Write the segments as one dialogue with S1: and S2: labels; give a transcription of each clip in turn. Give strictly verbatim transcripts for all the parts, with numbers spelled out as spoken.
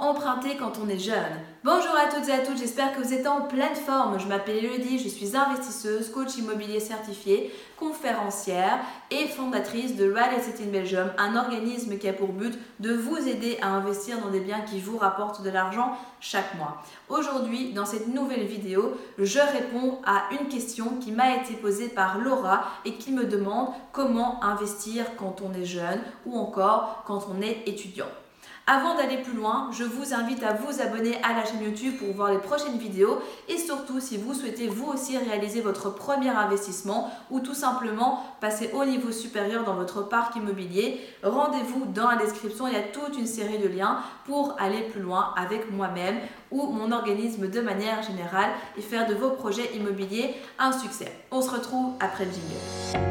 S1: emprunter quand on est jeune. Bonjour à toutes et à tous, j'espère que vous êtes en pleine forme. Je m'appelle Elodie, je suis investisseuse, coach immobilier certifié, conférencière et fondatrice de Real Estate in Belgium, un organisme qui a pour but de vous aider à investir dans des biens qui vous rapportent de l'argent chaque mois. Aujourd'hui, dans cette nouvelle vidéo, je réponds à une question qui m'a été posée par Laura et qui me demande comment investir quand on est jeune ou encore quand on est étudiant. Avant d'aller plus loin, je vous invite à vous abonner à la chaîne YouTube pour voir les prochaines vidéos et surtout si vous souhaitez vous aussi réaliser votre premier investissement ou tout simplement passer au niveau supérieur dans votre parc immobilier, rendez-vous dans la description, il y a toute une série de liens pour aller plus loin avec moi-même ou mon organisme de manière générale et faire de vos projets immobiliers un succès. On se retrouve après le jingle.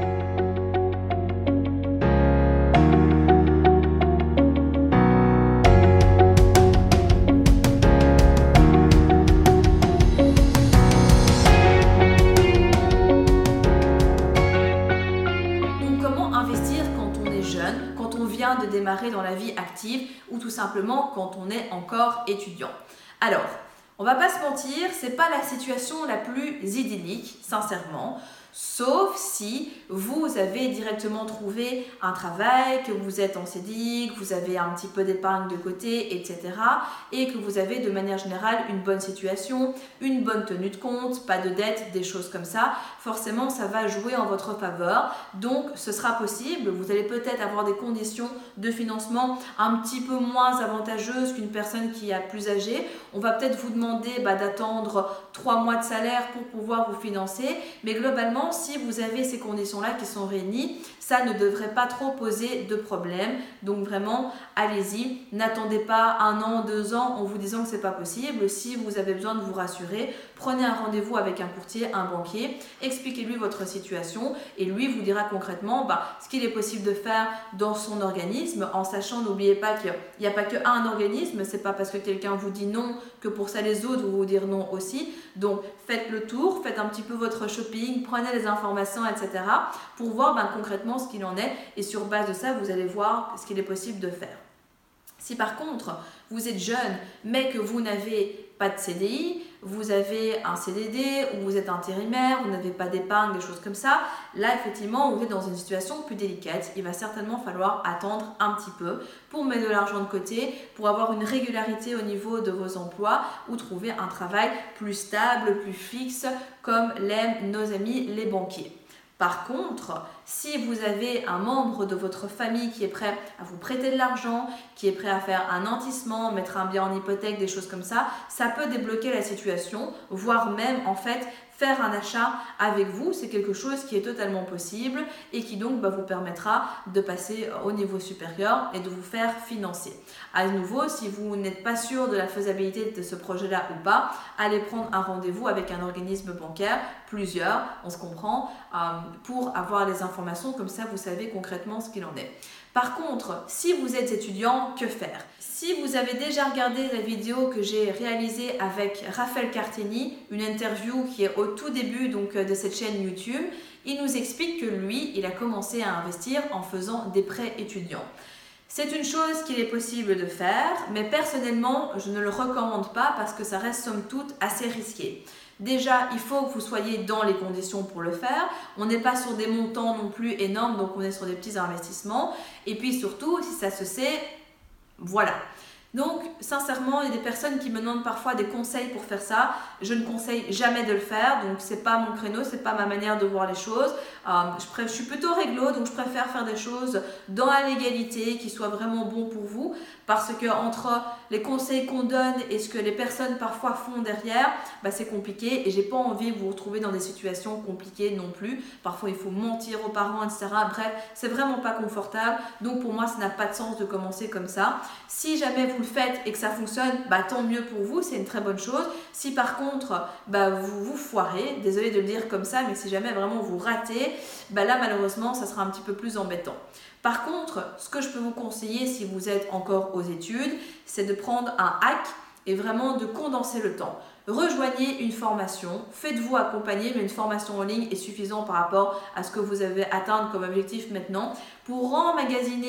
S1: Quand on vient de démarrer dans la vie active ou tout simplement quand on est encore étudiant. Alors, on va pas se mentir, c'est pas la situation la plus idyllique, sincèrement. Sauf si vous avez directement trouvé un travail, que vous êtes en C D I, que vous avez un petit peu d'épargne de côté, et cetera. Et que vous avez de manière générale une bonne situation, une bonne tenue de compte, pas de dette, des choses comme ça. Forcément, ça va jouer en votre faveur. Donc, ce sera possible. Vous allez peut-être avoir des conditions de financement un petit peu moins avantageuses qu'une personne qui est plus âgée. On va peut-être vous demander bah, d'attendre trois mois de salaire pour pouvoir vous financer. Mais globalement, si vous avez ces conditions-là qui sont réunies, ça ne devrait pas trop poser de problème. Donc vraiment, allez-y. N'attendez pas un an, deux ans en vous disant que ce n'est pas possible. Si vous avez besoin de vous rassurer, prenez un rendez-vous avec un courtier, un banquier, expliquez-lui votre situation et lui vous dira concrètement bah, ce qu'il est possible de faire dans son organisme en sachant, n'oubliez pas qu'il n'y a pas qu'un organisme, c'est pas parce que quelqu'un vous dit non que pour ça les autres vont vous dire non aussi. Donc faites le tour, faites un petit peu votre shopping, prenez les informations, et cetera pour voir ben, concrètement ce qu'il en est et sur base de ça, vous allez voir ce qu'il est possible de faire. Si par contre, vous êtes jeune mais que vous n'avez pas de C D I, vous avez un C D D ou vous êtes intérimaire, vous n'avez pas d'épargne, des choses comme ça, là effectivement vous êtes dans une situation plus délicate. Il va certainement falloir attendre un petit peu pour mettre de l'argent de côté, pour avoir une régularité au niveau de vos emplois ou trouver un travail plus stable, plus fixe comme l'aiment nos amis les banquiers. Par contre, si vous avez un membre de votre famille qui est prêt à vous prêter de l'argent, qui est prêt à faire un nantissement, mettre un bien en hypothèque, des choses comme ça, ça peut débloquer la situation, voire même en fait faire un achat avec vous. C'est quelque chose qui est totalement possible et qui donc bah, vous permettra de passer au niveau supérieur et de vous faire financer. À nouveau, si vous n'êtes pas sûr de la faisabilité de ce projet-là ou pas, allez prendre un rendez-vous avec un organisme bancaire, plusieurs, on se comprend, euh, pour avoir les informations, comme ça vous savez concrètement ce qu'il en est. Par contre, si vous êtes étudiant, que faire? Si vous avez déjà regardé la vidéo que j'ai réalisée avec Raphaël Carteni, une interview qui est au tout début donc, de cette chaîne YouTube, il nous explique que lui, il a commencé à investir en faisant des prêts étudiants. C'est une chose qu'il est possible de faire, mais personnellement, je ne le recommande pas parce que ça reste somme toute assez risqué. Déjà, il faut que vous soyez dans les conditions pour le faire. On n'est pas sur des montants non plus énormes, donc on est sur des petits investissements. Et puis surtout, si ça se sait, voilà. Donc, sincèrement, il y a des personnes qui me demandent parfois des conseils pour faire ça. Je ne conseille jamais de le faire, donc c'est pas mon créneau, c'est pas ma manière de voir les choses. Euh, je, préfère, je suis plutôt réglo, donc je préfère faire des choses dans la légalité, qui soient vraiment bons pour vous, parce que entre les conseils qu'on donne et ce que les personnes parfois font derrière, bah, c'est compliqué et j'ai pas envie de vous retrouver dans des situations compliquées non plus. Parfois, il faut mentir aux parents, et cetera. Bref, c'est vraiment pas confortable. Donc, pour moi, ça n'a pas de sens de commencer comme ça. Si jamais vous le faites et que ça fonctionne, bah, tant mieux pour vous, c'est une très bonne chose. Si par contre, bah, vous vous foirez, désolé de le dire comme ça, mais si jamais vraiment vous ratez, bah, là, malheureusement, ça sera un petit peu plus embêtant. Par contre, ce que je peux vous conseiller si vous êtes encore aux études, c'est de prendre un hack et vraiment de condenser le temps. Rejoignez une formation, faites-vous accompagner, mais une formation en ligne est suffisante par rapport à ce que vous avez atteint comme objectif maintenant pour emmagasiner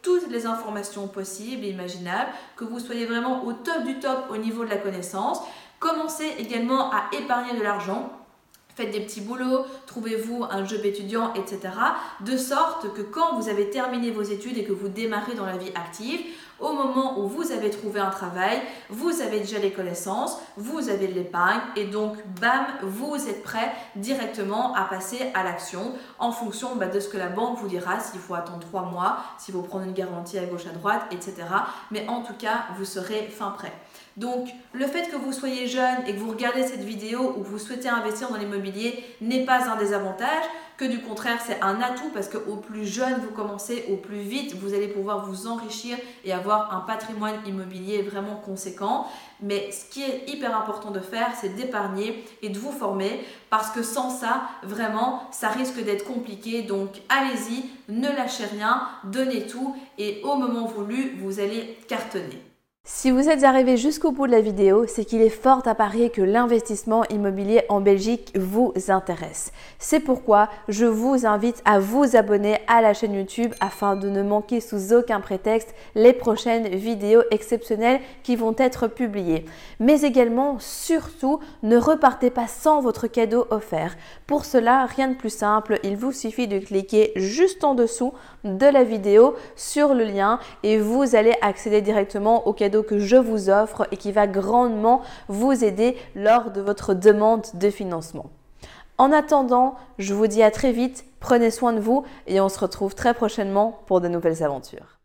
S1: toutes les informations possibles et imaginables, que vous soyez vraiment au top du top au niveau de la connaissance. Commencez également à épargner de l'argent. Faites des petits boulots, trouvez-vous un job étudiant, et cetera. De sorte que quand vous avez terminé vos études et que vous démarrez dans la vie active, au moment où vous avez trouvé un travail, vous avez déjà les connaissances, vous avez de l'épargne et donc, bam, vous êtes prêt directement à passer à l'action en fonction bah, de ce que la banque vous dira, s'il faut attendre trois mois, s'il faut prendre une garantie à gauche à droite, et cetera. Mais en tout cas, vous serez fin prêt. Donc, le fait que vous soyez jeune et que vous regardez cette vidéo ou que vous souhaitez investir dans l'immobilier n'est pas un désavantage, que du contraire, c'est un atout parce qu'au plus jeune vous commencez, au plus vite vous allez pouvoir vous enrichir et avoir un patrimoine immobilier vraiment conséquent. Mais ce qui est hyper important de faire, c'est d'épargner et de vous former parce que sans ça, vraiment, ça risque d'être compliqué. Donc, allez-y, ne lâchez rien, donnez tout et au moment voulu, vous allez cartonner.
S2: Si vous êtes arrivé jusqu'au bout de la vidéo, c'est qu'il est fort à parier que l'investissement immobilier en Belgique vous intéresse. C'est pourquoi je vous invite à vous abonner à la chaîne YouTube afin de ne manquer sous aucun prétexte les prochaines vidéos exceptionnelles qui vont être publiées. Mais également, surtout, ne repartez pas sans votre cadeau offert. Pour cela, rien de plus simple, il vous suffit de cliquer juste en dessous de la vidéo sur le lien et vous allez accéder directement au cadeau que je vous offre et qui va grandement vous aider lors de votre demande de financement. En attendant, je vous dis à très vite, prenez soin de vous et on se retrouve très prochainement pour de nouvelles aventures.